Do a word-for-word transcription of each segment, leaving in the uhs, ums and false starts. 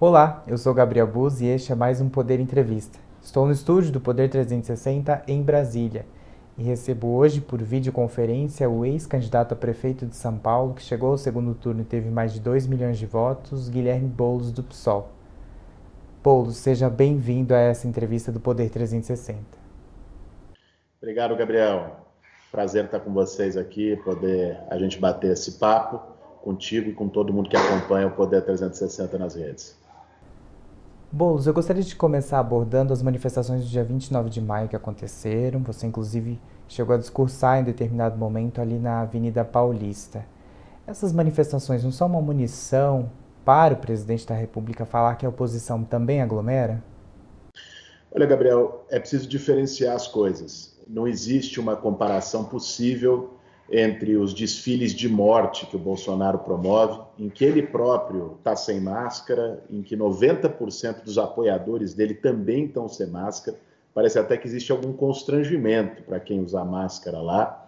Olá, eu sou Gabriel Buz e este é mais um Poder Entrevista. Estou no estúdio do Poder trezentos e sessenta em Brasília e recebo hoje por videoconferência o ex-candidato a prefeito de São Paulo, que chegou ao segundo turno e teve mais de dois milhões de votos, Guilherme Boulos, do PSOL. Boulos, seja bem-vindo a essa entrevista do Poder trezentos e sessenta. Obrigado, Gabriel. Prazer estar com vocês aqui, poder a gente bater esse papo contigo e com todo mundo que acompanha o Poder trezentos e sessenta nas redes. Boulos, eu gostaria de começar abordando as manifestações do dia vinte e nove de maio que aconteceram. Você, inclusive, chegou a discursar em determinado momento ali na Avenida Paulista. Essas manifestações não são uma munição para o presidente da República falar que a oposição também aglomera? Olha, Gabriel, é preciso diferenciar as coisas. Não existe uma comparação possível entre os desfiles de morte que o Bolsonaro promove, em que ele próprio está sem máscara, em que noventa por cento dos apoiadores dele também estão sem máscara. Parece até que existe algum constrangimento para quem usa máscara lá,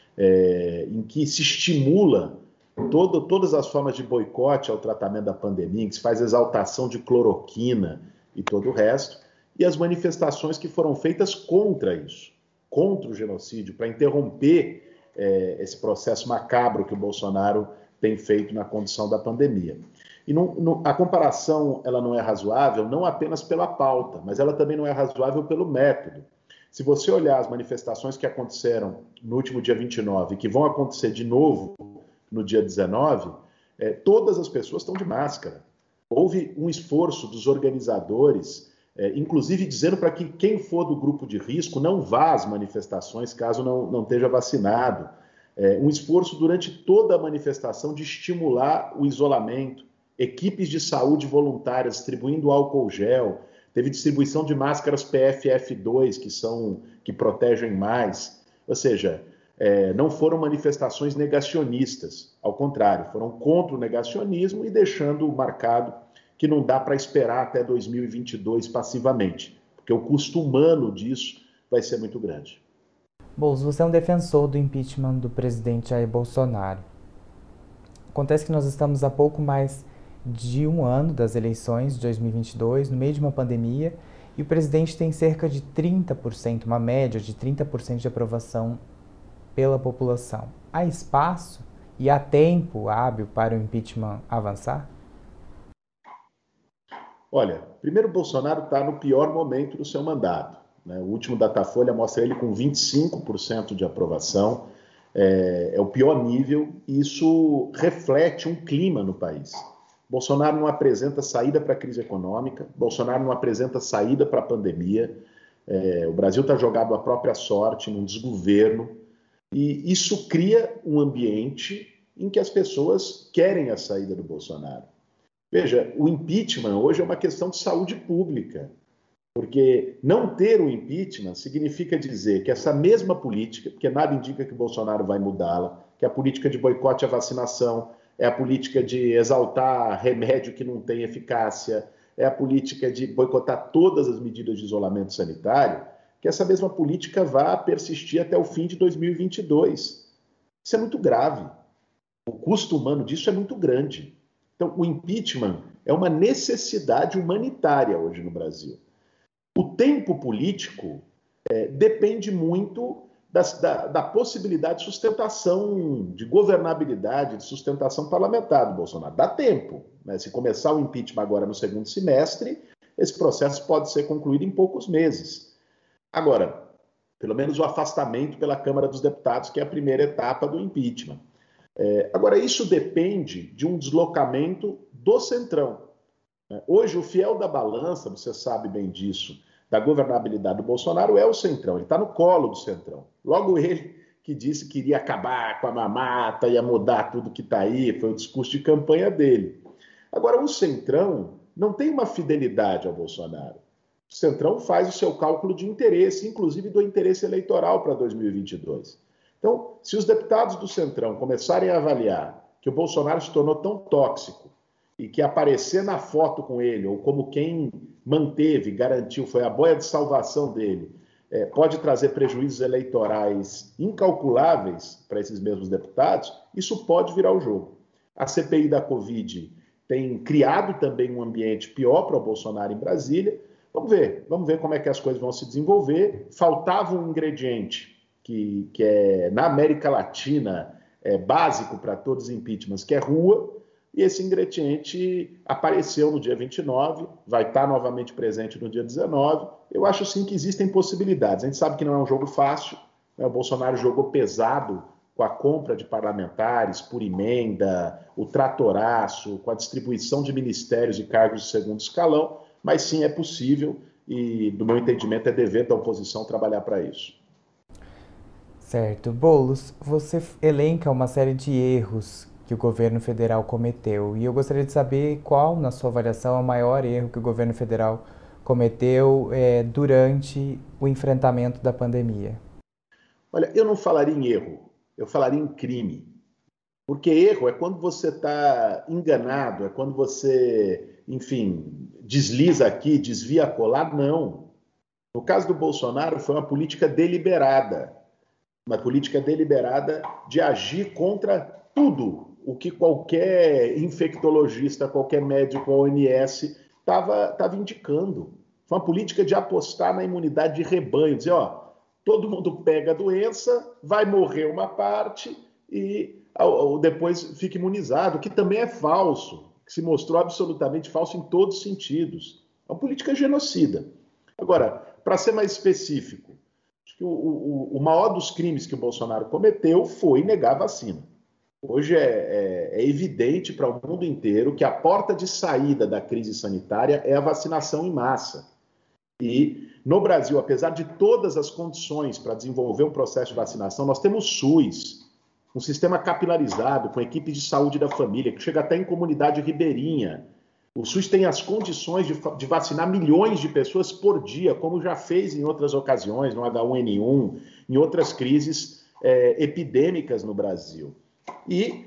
é, em que se estimula todo, todas as formas de boicote ao tratamento da pandemia, em que se faz exaltação de cloroquina e todo o resto, e as manifestações que foram feitas contra isso, contra o genocídio, para interromper É, esse processo macabro que o Bolsonaro tem feito na condição da pandemia. E não, não, a comparação ela não é razoável não apenas pela pauta, mas ela também não é razoável pelo método. Se você olhar as manifestações que aconteceram no último dia vinte e nove e que vão acontecer de novo no dia dezenove, é, todas as pessoas estão de máscara. Houve um esforço dos organizadores, é, inclusive dizendo para que quem for do grupo de risco não vá às manifestações caso não, não esteja vacinado. É, um esforço durante toda a manifestação de estimular o isolamento, equipes de saúde voluntárias distribuindo álcool gel, teve distribuição de máscaras P F F dois, que, são, que protegem mais. Ou seja, é, não foram manifestações negacionistas, ao contrário, foram contra o negacionismo e deixando marcado que não dá para esperar até dois mil e vinte e dois passivamente, porque o custo humano disso vai ser muito grande. Boulos, você é um defensor do impeachment do presidente Jair Bolsonaro. Acontece que nós estamos há pouco mais de um ano das eleições de dois mil e vinte e dois, no meio de uma pandemia, e o presidente tem cerca de trinta por cento, uma média de trinta por cento de aprovação pela população. Há espaço e há tempo hábil para o impeachment avançar? Olha, primeiro, o Bolsonaro está no pior momento do seu mandato. Né? O último Datafolha mostra ele com vinte e cinco por cento de aprovação, é, é o pior nível, e isso reflete um clima no país. Bolsonaro não apresenta saída para a crise econômica, Bolsonaro não apresenta saída para a pandemia, é, o Brasil está jogado à própria sorte, num desgoverno, e isso cria um ambiente em que as pessoas querem a saída do Bolsonaro. Veja, o impeachment hoje é uma questão de saúde pública, porque não ter o impeachment significa dizer que essa mesma política, porque nada indica que o Bolsonaro vai mudá-la, que a política de boicote à vacinação, é a política de exaltar remédio que não tem eficácia, é a política de boicotar todas as medidas de isolamento sanitário, que essa mesma política vá persistir até o fim de dois mil e vinte e dois. Isso é muito grave. O custo humano disso é muito grande. Então, o impeachment é uma necessidade humanitária hoje no Brasil. O tempo político é, depende muito das, da, da possibilidade de sustentação, de governabilidade, de sustentação parlamentar do Bolsonaro. Dá tempo. Né? Se começar o impeachment agora no segundo semestre, esse processo pode ser concluído em poucos meses. Agora, pelo menos o afastamento pela Câmara dos Deputados, que é a primeira etapa do impeachment. É, agora, isso depende de um deslocamento do Centrão. Hoje, o fiel da balança, você sabe bem disso, da governabilidade do Bolsonaro é o Centrão. Ele está no colo do Centrão. Logo ele que disse que iria acabar com a mamata, ia mudar tudo que está aí, foi o discurso de campanha dele. Agora, o Centrão não tem uma fidelidade ao Bolsonaro. O Centrão faz o seu cálculo de interesse, inclusive do interesse eleitoral para dois mil e vinte e dois. Então, se os deputados do Centrão começarem a avaliar que o Bolsonaro se tornou tão tóxico e que aparecer na foto com ele, ou como quem manteve, garantiu, foi a boia de salvação dele, é, pode trazer prejuízos eleitorais incalculáveis para esses mesmos deputados, isso pode virar o jogo. A C P I da Covid tem criado também um ambiente pior para o Bolsonaro em Brasília. Vamos ver, vamos ver como é que as coisas vão se desenvolver. Faltava um ingrediente que, que é, na América Latina, é básico para todos os impeachments, que é rua, e esse ingrediente apareceu no dia vinte e nove, vai estar novamente presente no dia dezenove. Eu acho sim que existem possibilidades. A gente sabe que não é um jogo fácil, né? O Bolsonaro jogou pesado com a compra de parlamentares por emenda, o tratoraço, com a distribuição de ministérios e cargos de segundo escalão, mas sim é possível e, do meu entendimento, é dever da oposição trabalhar para isso. Certo. Boulos, você elenca uma série de erros que o governo federal cometeu e eu gostaria de saber qual, na sua avaliação, é o maior erro que o governo federal cometeu é, durante o enfrentamento da pandemia. Olha, eu não falaria em erro, eu falaria em crime. Porque erro é quando você está enganado, é quando você, enfim, desliza aqui, desvia acolá. Não. No caso do Bolsonaro, foi uma política deliberada. Uma política deliberada de agir contra tudo o que qualquer infectologista, qualquer médico, a O M S, estava indicando. Foi uma política de apostar na imunidade de rebanho, dizer, ó, todo mundo pega a doença, vai morrer uma parte e depois fica imunizado, que também é falso, que se mostrou absolutamente falso em todos os sentidos. É uma política genocida. Agora, para ser mais específico, acho que o, o, o maior dos crimes que o Bolsonaro cometeu foi negar a vacina. Hoje é, é, é evidente para o mundo inteiro que a porta de saída da crise sanitária é a vacinação em massa. E no Brasil, apesar de todas as condições para desenvolver um processo de vacinação, nós temos SUS, um sistema capilarizado, com equipe de saúde da família, que chega até em comunidade ribeirinha. O SUS tem as condições de, de vacinar milhões de pessoas por dia, como já fez em outras ocasiões, no H um N um, em outras crises é, epidêmicas no Brasil. E,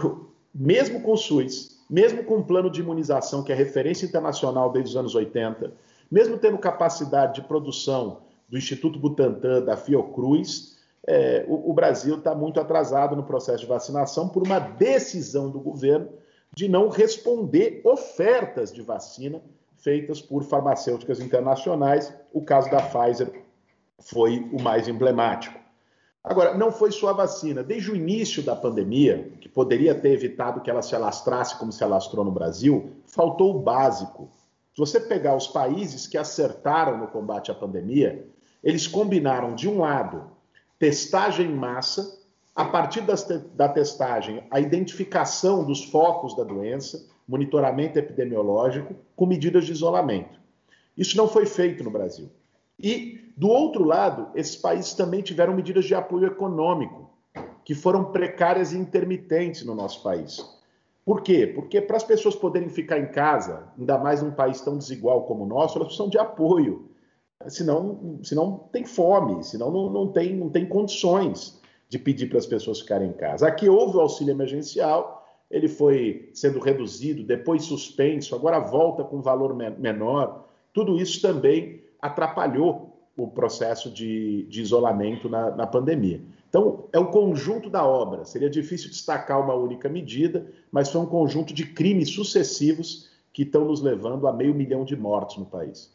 mesmo com o SUS, mesmo com o plano de imunização, que é referência internacional desde os anos oitenta, mesmo tendo capacidade de produção do Instituto Butantan, da Fiocruz, é, o, o Brasil está muito atrasado no processo de vacinação por uma decisão do governo de não responder ofertas de vacina feitas por farmacêuticas internacionais. O caso da Pfizer foi o mais emblemático. Agora, não foi só a vacina. Desde o início da pandemia, que poderia ter evitado que ela se alastrasse como se alastrou no Brasil, faltou o básico. Se você pegar os países que acertaram no combate à pandemia, eles combinaram, de um lado, testagem em massa, a partir das te- da testagem, a identificação dos focos da doença, monitoramento epidemiológico, com medidas de isolamento. Isso não foi feito no Brasil. E, do outro lado, esses países também tiveram medidas de apoio econômico, que foram precárias e intermitentes no nosso país. Por quê? Porque para as pessoas poderem ficar em casa, ainda mais num país tão desigual como o nosso, elas precisam de apoio. Senão, senão tem fome, senão não, não, tem, não tem condições de pedir para as pessoas ficarem em casa. Aqui houve o auxílio emergencial, ele foi sendo reduzido, depois suspenso, agora volta com valor menor. Tudo isso também atrapalhou o processo de, de isolamento na, na pandemia. Então, é o conjunto da obra. Seria difícil destacar uma única medida, mas foi um conjunto de crimes sucessivos que estão nos levando a meio milhão de mortos no país.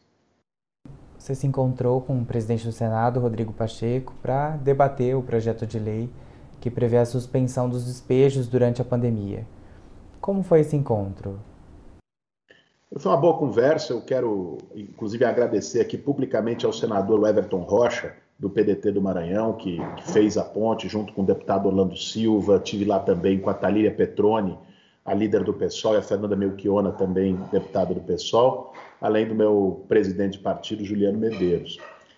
Você se encontrou com o presidente do Senado, Rodrigo Pacheco, para debater o projeto de lei que prevê a suspensão dos despejos durante a pandemia. Como foi esse encontro? Foi uma boa conversa. Eu quero, inclusive, agradecer aqui publicamente ao senador Everton Rocha, do P D T do Maranhão, que, que fez a ponte junto com o deputado Orlando Silva. Tive lá também com a Talíria Petroni, a líder do PSOL, e a Fernanda Melchiona, também deputada do PSOL, além do meu presidente de partido, Juliano Medeiros.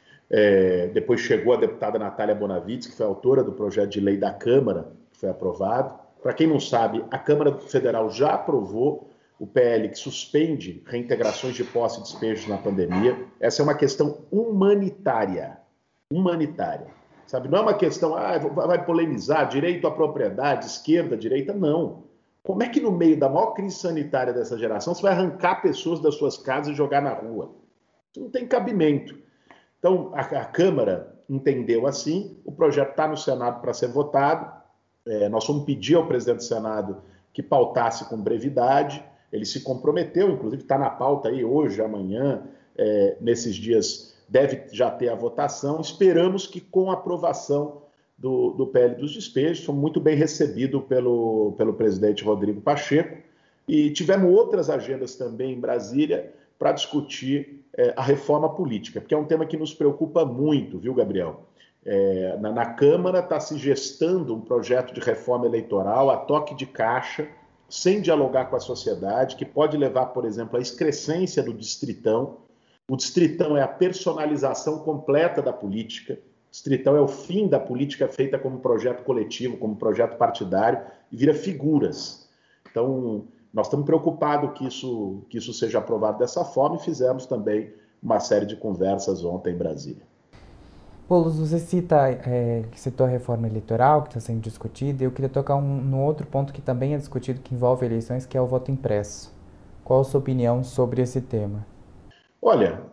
É, depois chegou a deputada Natália Bonavides, que foi autora do projeto de lei da Câmara, que foi aprovado. Para quem não sabe, a Câmara Federal já aprovou o P L que suspende reintegrações de posse e despejos na pandemia. Essa é uma questão humanitária. Humanitária. Sabe? Não é uma questão, ah, vai polemizar, direito à propriedade, esquerda, direita, não. Como é que no meio da maior crise sanitária dessa geração você vai arrancar pessoas das suas casas e jogar na rua? Isso não tem cabimento. Então, a, a Câmara entendeu assim, o projeto está no Senado para ser votado, é, nós vamos pedir ao presidente do Senado que pautasse com brevidade, ele se comprometeu, inclusive está na pauta aí hoje, amanhã, é, nesses dias deve já ter a votação. Esperamos que com a aprovação do, do P L dos despejos, foi muito bem recebido pelo, pelo presidente Rodrigo Pacheco, e tivemos outras agendas também em Brasília para discutir é, a reforma política, porque é um tema que nos preocupa muito, viu, Gabriel? É, na, na Câmara está se gestando um projeto de reforma eleitoral a toque de caixa, sem dialogar com a sociedade, que pode levar, por exemplo, à excrescência do distritão. O distritão é a personalização completa da política. O distritão é o fim da política feita como projeto coletivo, como projeto partidário, e vira figuras. Então, nós estamos preocupados que isso, que isso seja aprovado dessa forma, e fizemos também uma série de conversas ontem em Brasília. Boulos, você cita, é, citou a reforma eleitoral que está sendo discutida, e eu queria tocar um, num outro ponto que também é discutido, que envolve eleições, que é o voto impresso. Qual a sua opinião sobre esse tema? Olha,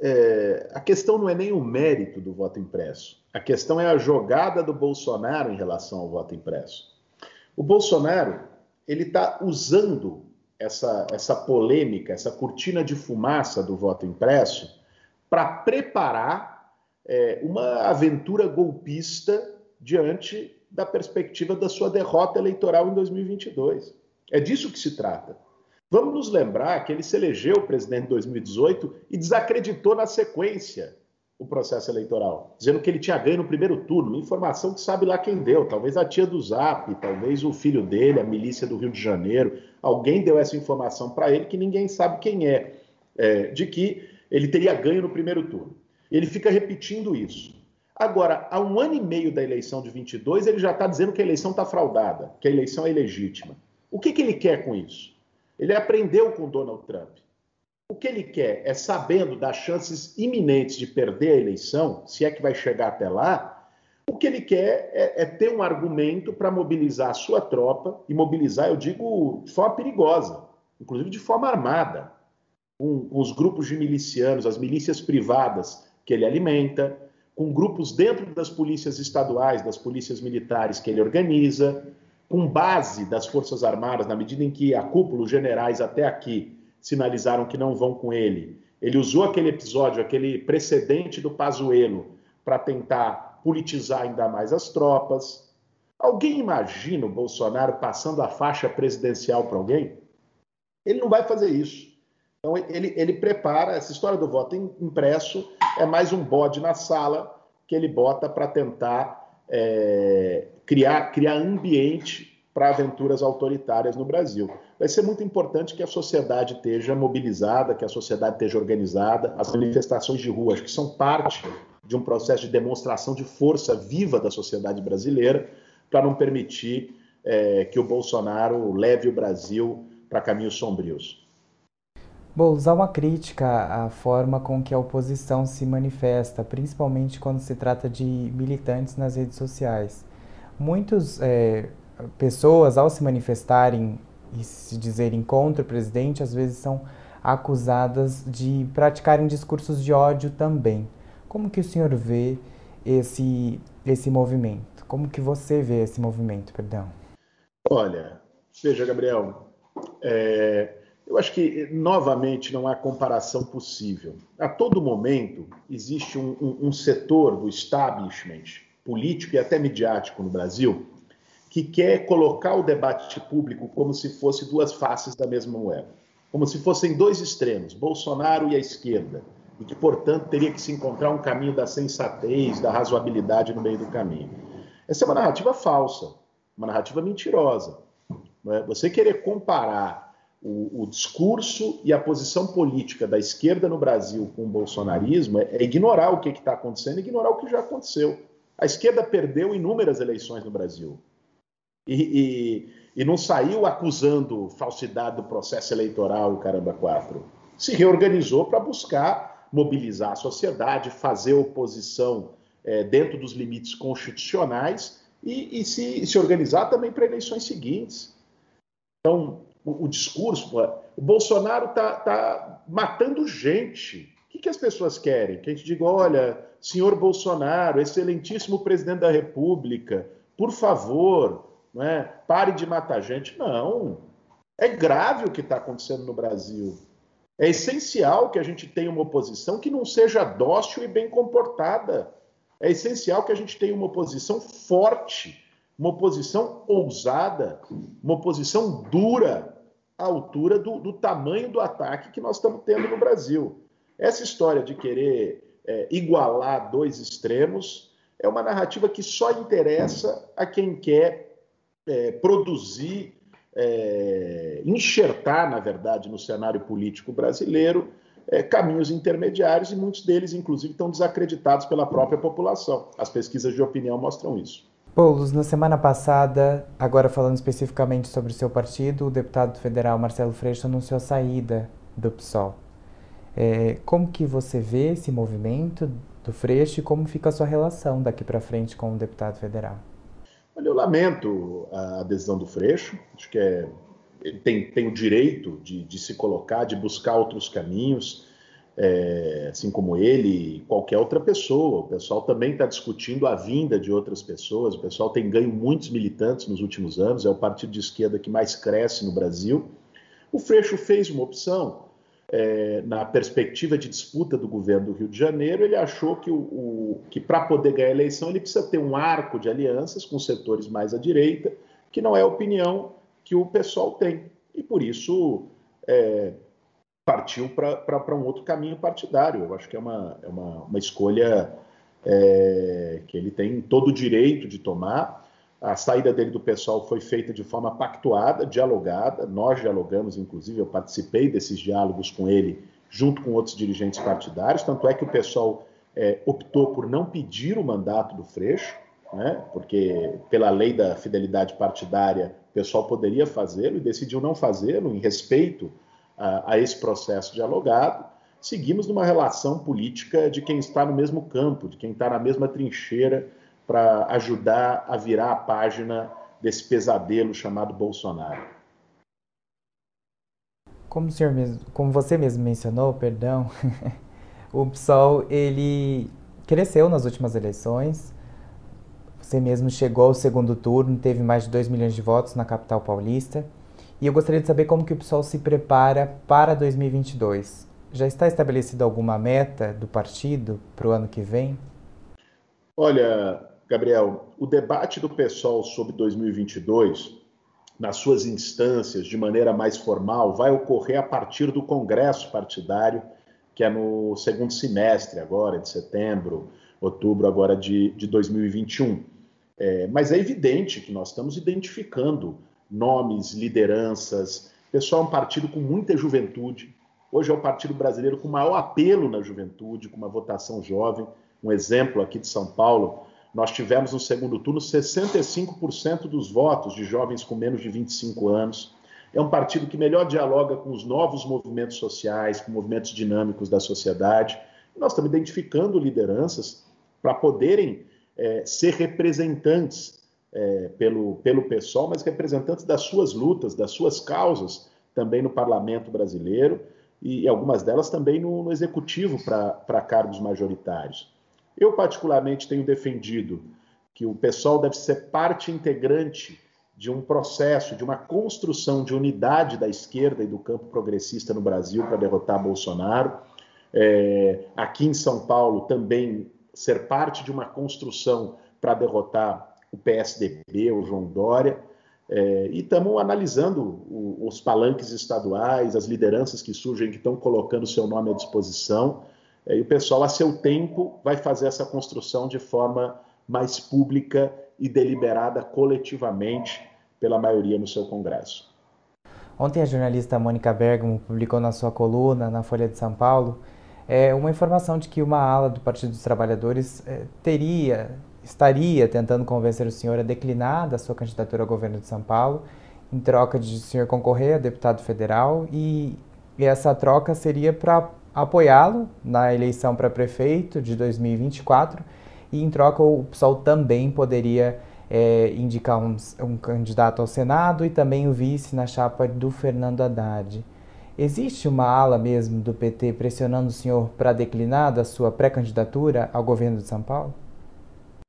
é, a questão não é nem o mérito do voto impresso. A questão é a jogada do Bolsonaro em relação ao voto impresso. O Bolsonaro, ele está usando essa, essa polêmica, essa cortina de fumaça do voto impresso para preparar é, uma aventura golpista diante da perspectiva da sua derrota eleitoral em dois mil e vinte e dois. É disso que se trata. Vamos nos lembrar que ele se elegeu presidente em dois mil e dezoito e desacreditou na sequência o processo eleitoral, dizendo que ele tinha ganho no primeiro turno, uma informação que sabe lá quem deu, talvez a tia do Zap, talvez o filho dele, a milícia do Rio de Janeiro, alguém deu essa informação para ele que ninguém sabe quem é, é, de que ele teria ganho no primeiro turno. Ele fica repetindo isso. Agora, há um ano e meio da eleição de vinte e dois, ele já está dizendo que a eleição está fraudada, que a eleição é ilegítima. O que, que ele quer com isso? Ele aprendeu com Donald Trump. O que ele quer é, sabendo das chances iminentes de perder a eleição, se é que vai chegar até lá, o que ele quer é, é ter um argumento para mobilizar a sua tropa, e mobilizar, eu digo, de forma perigosa, inclusive de forma armada, com, com os grupos de milicianos, as milícias privadas que ele alimenta, com grupos dentro das polícias estaduais, das polícias militares que ele organiza, com base das Forças Armadas, na medida em que a cúpula, os generais até aqui, sinalizaram que não vão com ele. Ele usou aquele episódio, aquele precedente do Pazuello, para tentar politizar ainda mais as tropas. Alguém imagina o Bolsonaro passando a faixa presidencial para alguém? Ele não vai fazer isso. Então, ele, ele prepara, essa história do voto impresso é mais um bode na sala que ele bota para tentar é, criar, criar ambiente para aventuras autoritárias no Brasil. Vai ser muito importante que a sociedade esteja mobilizada, que a sociedade esteja organizada. As manifestações de rua, acho que são parte de um processo de demonstração de força viva da sociedade brasileira, para não permitir é, que o Bolsonaro leve o Brasil para caminhos sombrios. Boulos, há uma crítica à forma com que a oposição se manifesta, principalmente quando se trata de militantes nas redes sociais. Muitas é, pessoas, ao se manifestarem e se dizerem contra o presidente, às vezes são acusadas de praticarem discursos de ódio também. Como que o senhor vê esse, esse movimento? Como que você vê esse movimento, perdão? Olha, veja, Gabriel, é... eu acho que, novamente, não há comparação possível. A todo momento, existe um, um, um setor do establishment político e até midiático no Brasil que quer colocar o debate público como se fosse duas faces da mesma moeda. Como se fossem dois extremos, Bolsonaro e a esquerda, e que, portanto, teria que se encontrar um caminho da sensatez, da razoabilidade no meio do caminho. Essa é uma narrativa falsa, uma narrativa mentirosa. Não é? Você querer comparar O, o discurso e a posição política da esquerda no Brasil com o bolsonarismo é, é ignorar o que está acontecendo, ignorar o que já aconteceu. A esquerda perdeu inúmeras eleições no Brasil e, e, e não saiu acusando falsidade do processo eleitoral, caramba, quatro. Se reorganizou para buscar mobilizar a sociedade, fazer oposição é, dentro dos limites constitucionais e, e se, se organizar também para eleições seguintes. Então, O, o discurso, o Bolsonaro está tá matando gente. O que, que as pessoas querem? Que a gente diga, olha, senhor Bolsonaro, excelentíssimo presidente da República, por favor, não é? Pare de matar gente. Não. É grave o que está acontecendo no Brasil. É essencial que a gente tenha uma oposição que não seja dócil e bem comportada. É essencial que a gente tenha uma oposição forte, uma oposição ousada, uma oposição dura, à altura do, do tamanho do ataque que nós estamos tendo no Brasil. Essa história de querer é, igualar dois extremos é uma narrativa que só interessa a quem quer é, produzir, é, enxertar, na verdade, no cenário político brasileiro, é, caminhos intermediários, e muitos deles, inclusive, estão desacreditados pela própria população. As pesquisas de opinião mostram isso. Boulos, na semana passada, agora falando especificamente sobre o seu partido, o deputado federal Marcelo Freixo anunciou a saída do PSOL. É, como que você vê esse movimento do Freixo e como fica a sua relação daqui para frente com o deputado federal? Olha, eu lamento a decisão do Freixo, acho que é, ele tem, tem o direito de, de se colocar, de buscar outros caminhos, é, assim como ele e qualquer outra pessoa. O pessoal também está discutindo a vinda de outras pessoas, o pessoal tem ganho muitos militantes nos últimos anos, é o partido de esquerda que mais cresce no Brasil. O Freixo fez uma opção, é, na perspectiva de disputa do governo do Rio de Janeiro, ele achou que, o, o, que para poder ganhar a eleição ele precisa ter um arco de alianças com setores mais à direita, que não é a opinião que o pessoal tem. E por isso é, partiu para um outro caminho partidário. Eu acho que é uma, é uma, uma escolha é, que ele tem todo o direito de tomar. A saída dele do PSOL foi feita de forma pactuada, dialogada. Nós dialogamos, inclusive, eu participei desses diálogos com ele, junto com outros dirigentes partidários. Tanto é que o PSOL é, optou por não pedir o mandato do Freixo, né, porque, pela lei da fidelidade partidária, o PSOL poderia fazê-lo e decidiu não fazê-lo, em respeito a, a esse processo dialogado. Seguimos numa relação política de quem está no mesmo campo, de quem está na mesma trincheira, para ajudar a virar a página desse pesadelo chamado Bolsonaro. Como, o senhor mesmo, como você mesmo mencionou, perdão, o PSOL ele cresceu nas últimas eleições. Você mesmo chegou ao segundo turno, teve mais de dois milhões de votos na capital paulista. E eu gostaria de saber como que o PSOL se prepara para dois mil e vinte e dois. Já está estabelecida alguma meta do partido para o ano que vem? Olha, Gabriel, o debate do PSOL sobre dois mil e vinte e dois, nas suas instâncias, de maneira mais formal, vai ocorrer a partir do Congresso Partidário, que é no segundo semestre agora, de setembro, outubro agora de, de dois mil e vinte e um. É, mas é evidente que nós estamos identificando nomes, lideranças. O PSOL é um partido com muita juventude. Hoje é o partido brasileiro com maior apelo na juventude, com uma votação jovem. Um exemplo aqui de São Paulo, nós tivemos no segundo turno sessenta e cinco por cento dos votos de jovens com menos de vinte e cinco anos. É um partido que melhor dialoga com os novos movimentos sociais, com movimentos dinâmicos da sociedade. E nós estamos identificando lideranças para poderem é, ser representantes é, pelo, pelo PSOL, mas representantes das suas lutas, das suas causas, também no parlamento brasileiro, e algumas delas também no, no executivo para cargos majoritários. Eu, particularmente, tenho defendido que o PSOL deve ser parte integrante de um processo, de uma construção de unidade da esquerda e do campo progressista no Brasil para derrotar Bolsonaro. É, aqui em São Paulo, também ser parte de uma construção para derrotar o P S D B, o João Dória. É, e estamos analisando o, os palanques estaduais, as lideranças que surgem, que estão colocando seu nome à disposição. E o pessoal, a seu tempo, vai fazer essa construção de forma mais pública e deliberada coletivamente pela maioria no seu Congresso. Ontem a jornalista Mônica Bergamo publicou na sua coluna, na Folha de São Paulo, é, uma informação de que uma ala do Partido dos Trabalhadores é, teria, estaria tentando convencer o senhor a declinar da sua candidatura ao governo de São Paulo, em troca de o senhor concorrer a deputado federal, e, e essa troca seria para apoiá-lo na eleição para prefeito de dois mil e vinte e quatro, e em troca o PSOL também poderia é, indicar um, um candidato ao Senado e também o vice na chapa do Fernando Haddad. Existe uma ala mesmo do P T pressionando o senhor para declinar da sua pré-candidatura ao governo de São Paulo?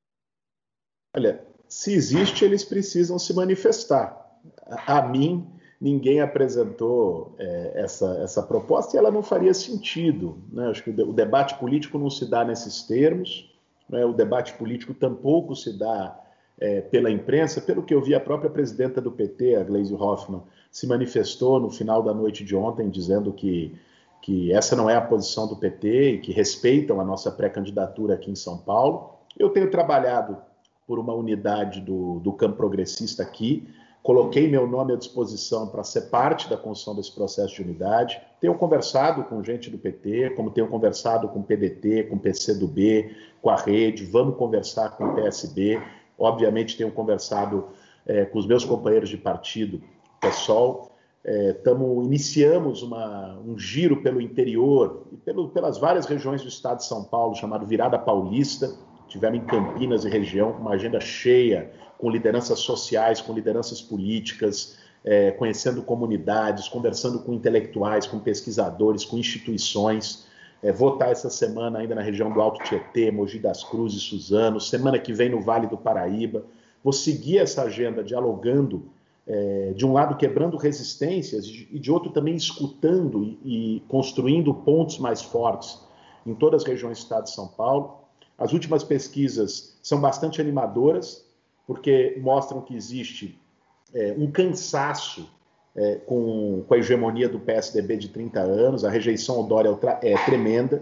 Olha, se existe, eles precisam se manifestar. A mim, ninguém apresentou é, essa, essa proposta e ela não faria sentido, né? Acho que o, de, o debate político não se dá nesses termos, né? O debate político tampouco se dá é, pela imprensa. Pelo que eu vi, a própria presidenta do P T, a Gleisi Hoffmann, se manifestou no final da noite de ontem dizendo que, que essa não é a posição do P T e que respeitam a nossa pré-candidatura aqui em São Paulo. Eu tenho trabalhado por uma unidade do, do campo progressista aqui, coloquei meu nome à disposição para ser parte da construção desse processo de unidade. Tenho conversado com gente do P T, como tenho conversado com o P D T, com o P C do B, com a Rede, vamos conversar com o P S B. Obviamente tenho conversado é, com os meus companheiros de partido, PSOL. É, tamo, iniciamos uma, um giro pelo interior e pelo, pelas várias regiões do estado de São Paulo, chamado Virada Paulista. Tivemos em Campinas e região com uma agenda cheia, com lideranças sociais, com lideranças políticas, é, conhecendo comunidades, conversando com intelectuais, com pesquisadores, com instituições. É, vou estar essa semana ainda na região do Alto Tietê, Mogi das Cruzes, Suzano, semana que vem no Vale do Paraíba. Vou seguir essa agenda dialogando, é, de um lado quebrando resistências e de outro também escutando e, e construindo pontos mais fortes em todas as regiões do estado de São Paulo. As últimas pesquisas são bastante animadoras, porque mostram que existe é, um cansaço é, com, com a hegemonia do P S D B de trinta anos, a rejeição ao Dória é tremenda.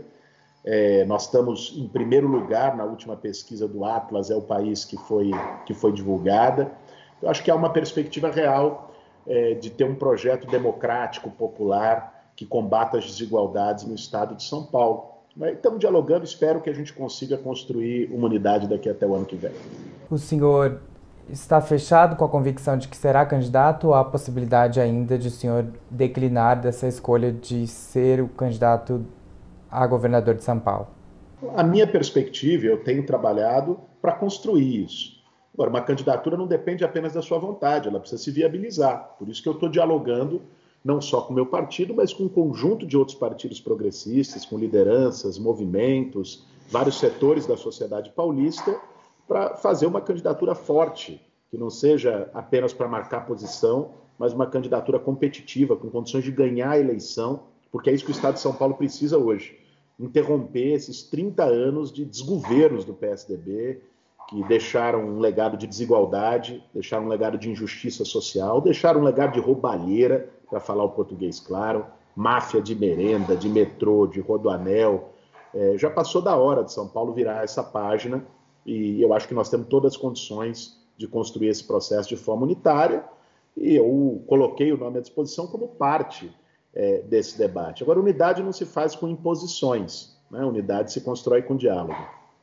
É, nós estamos em primeiro lugar na última pesquisa do Atlas, é o país que foi, que foi divulgada. Eu acho que há uma perspectiva real é, de ter um projeto democrático, popular, que combata as desigualdades no estado de São Paulo. Estamos dialogando, espero que a gente consiga construir uma unidade daqui até o ano que vem. O senhor está fechado com a convicção de que será candidato ou há a possibilidade ainda de o senhor declinar dessa escolha de ser o candidato a governador de São Paulo? A minha perspectiva, eu tenho trabalhado para construir isso. Agora, uma candidatura não depende apenas da sua vontade, ela precisa se viabilizar. Por isso que eu estou dialogando não só com o meu partido, mas com um conjunto de outros partidos progressistas, com lideranças, movimentos, vários setores da sociedade paulista, para fazer uma candidatura forte, que não seja apenas para marcar posição, mas uma candidatura competitiva, com condições de ganhar a eleição, porque é isso que o estado de São Paulo precisa hoje. Interromper esses trinta anos de desgovernos do P S D B, que deixaram um legado de desigualdade, deixaram um legado de injustiça social, deixaram um legado de roubalheira, para falar o português claro, máfia de merenda, de metrô, de rodoanel. É, já passou da hora de São Paulo virar essa página e eu acho que nós temos todas as condições de construir esse processo de forma unitária e eu coloquei o nome à disposição como parte é, desse debate. Agora, unidade não se faz com imposições, né? Unidade se constrói com diálogo.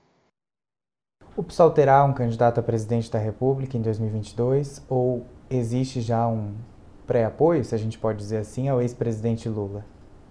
O P SOL terá um candidato a presidente da República em dois mil e vinte e dois ou existe já um pré-apoio, se a gente pode dizer assim, ao ex-presidente Lula?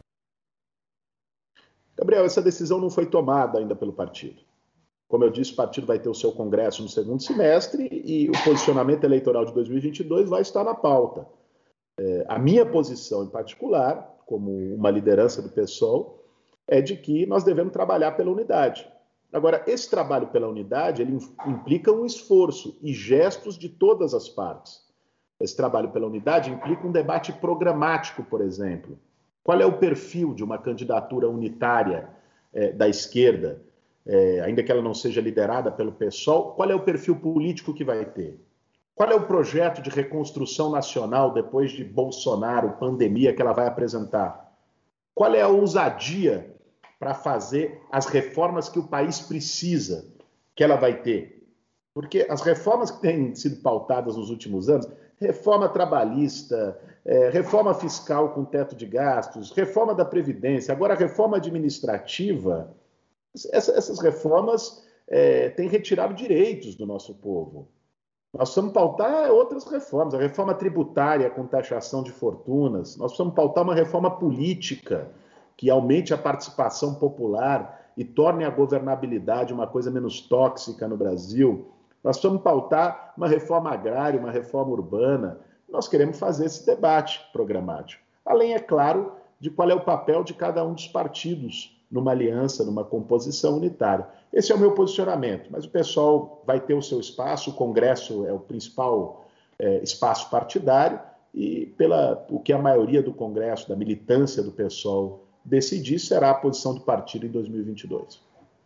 Gabriel, essa decisão não foi tomada ainda pelo partido. Como eu disse, o partido vai ter o seu congresso no segundo semestre e o posicionamento eleitoral de dois mil e vinte e dois vai estar na pauta. É, a minha posição, em particular, como uma liderança do P SOL, é de que nós devemos trabalhar pela unidade. Agora, esse trabalho pela unidade, ele implica um esforço e gestos de todas as partes. Esse trabalho pela unidade implica um debate programático, por exemplo. Qual é o perfil de uma candidatura unitária é, da esquerda, é, ainda que ela não seja liderada pelo P SOL? Qual é o perfil político que vai ter? Qual é o projeto de reconstrução nacional depois de Bolsonaro, pandemia, que ela vai apresentar? Qual é a ousadia para fazer as reformas que o país precisa, que ela vai ter? Porque as reformas que têm sido pautadas nos últimos anos, reforma trabalhista, é, reforma fiscal com teto de gastos, reforma da Previdência, agora a reforma administrativa, essa, essas reformas é, têm retirado direitos do nosso povo. Nós precisamos pautar outras reformas, a reforma tributária com taxação de fortunas, nós precisamos pautar uma reforma política que aumente a participação popular e torne a governabilidade uma coisa menos tóxica no Brasil. Nós precisamos pautar uma reforma agrária, uma reforma urbana. Nós queremos fazer esse debate programático. Além, é claro, de qual é o papel de cada um dos partidos numa aliança, numa composição unitária. Esse é o meu posicionamento, mas o pessoal vai ter o seu espaço, o Congresso é o principal é, espaço partidário, e pela o que a maioria do Congresso, da militância do PSOL, decidir, será a posição do partido em dois mil e vinte e dois.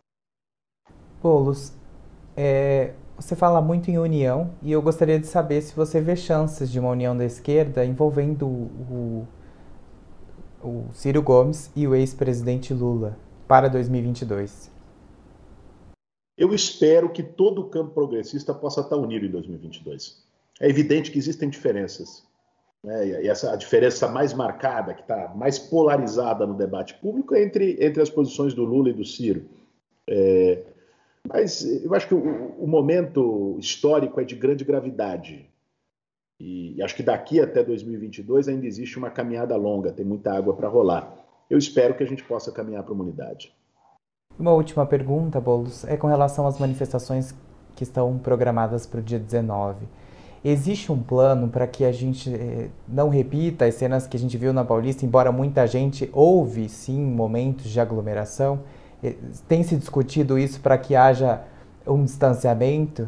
Boulos, é, você fala muito em união e eu gostaria de saber se você vê chances de uma união da esquerda envolvendo o, o Ciro Gomes e o ex-presidente Lula para dois mil e vinte e dois. Eu espero que todo o campo progressista possa estar unido em dois mil e vinte e dois. É evidente que existem diferenças, né? E essa a diferença mais marcada, que está mais polarizada no debate público, é entre, entre as posições do Lula e do Ciro. É, mas eu acho que o, o momento histórico é de grande gravidade. E, e acho que daqui até dois mil e vinte e dois ainda existe uma caminhada longa, tem muita água para rolar. Eu espero que a gente possa caminhar para uma unidade. Uma última pergunta, Boulos, é com relação às manifestações que estão programadas para o dia dezenove. Existe um plano para que a gente eh, não repita as cenas que a gente viu na Paulista, embora muita gente houve, sim, momentos de aglomeração? Eh, tem se discutido isso para que haja um distanciamento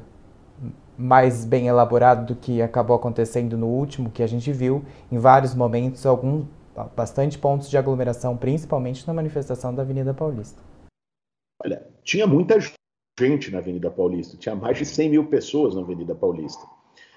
mais bem elaborado do que acabou acontecendo no último, que a gente viu em vários momentos, alguns, bastante pontos de aglomeração, principalmente na manifestação da Avenida Paulista? Olha, tinha muita gente na Avenida Paulista, tinha mais de cem mil pessoas na Avenida Paulista.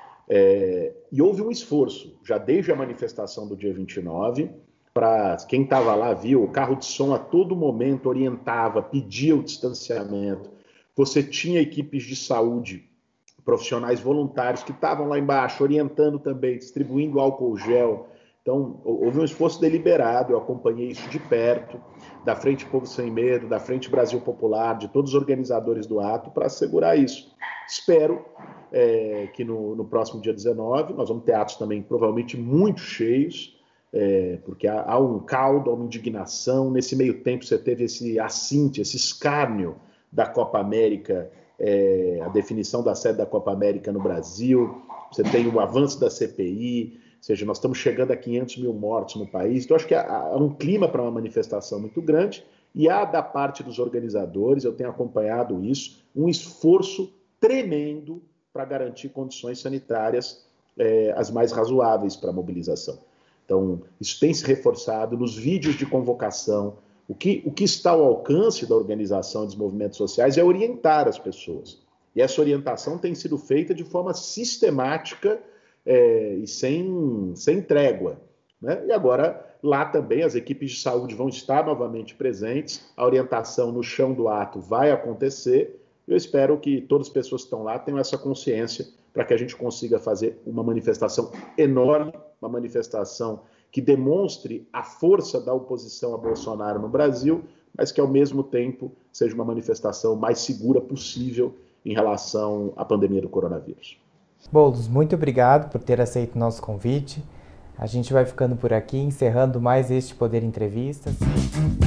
É, e houve um esforço, já desde a manifestação do dia vinte e nove, para quem estava lá viu, o carro de som a todo momento orientava, pedia o distanciamento. Você tinha equipes de saúde, profissionais voluntários que estavam lá embaixo, orientando também, distribuindo álcool gel. Então, houve um esforço deliberado, eu acompanhei isso de perto, da Frente Povo Sem Medo, da Frente Brasil Popular, de todos os organizadores do ato, para assegurar isso. Espero é, que no, no próximo dia dezenove, nós vamos ter atos também provavelmente muito cheios, é, porque há, há um caldo, há uma indignação. Nesse meio tempo você teve esse assinte, esse escárnio da Copa América, é, a definição da sede da Copa América no Brasil, você tem o avanço da C P I, ou seja, nós estamos chegando a quinhentos mil mortos no país. Então, acho que há um clima para uma manifestação muito grande e há, da parte dos organizadores, eu tenho acompanhado isso, um esforço tremendo para garantir condições sanitárias eh, as mais razoáveis para a mobilização. Então, isso tem se reforçado nos vídeos de convocação. O que, o que está ao alcance da organização e dos movimentos sociais é orientar as pessoas. E essa orientação tem sido feita de forma sistemática É, e sem, sem trégua. Né? E agora, lá também, as equipes de saúde vão estar novamente presentes, a orientação no chão do ato vai acontecer. Eu espero que todas as pessoas que estão lá tenham essa consciência para que a gente consiga fazer uma manifestação enorme, uma manifestação que demonstre a força da oposição a Bolsonaro no Brasil, mas que, ao mesmo tempo, seja uma manifestação mais segura possível em relação à pandemia do coronavírus. Boulos, muito obrigado por ter aceito o nosso convite. A gente vai ficando por aqui, encerrando mais este Poder Entrevistas.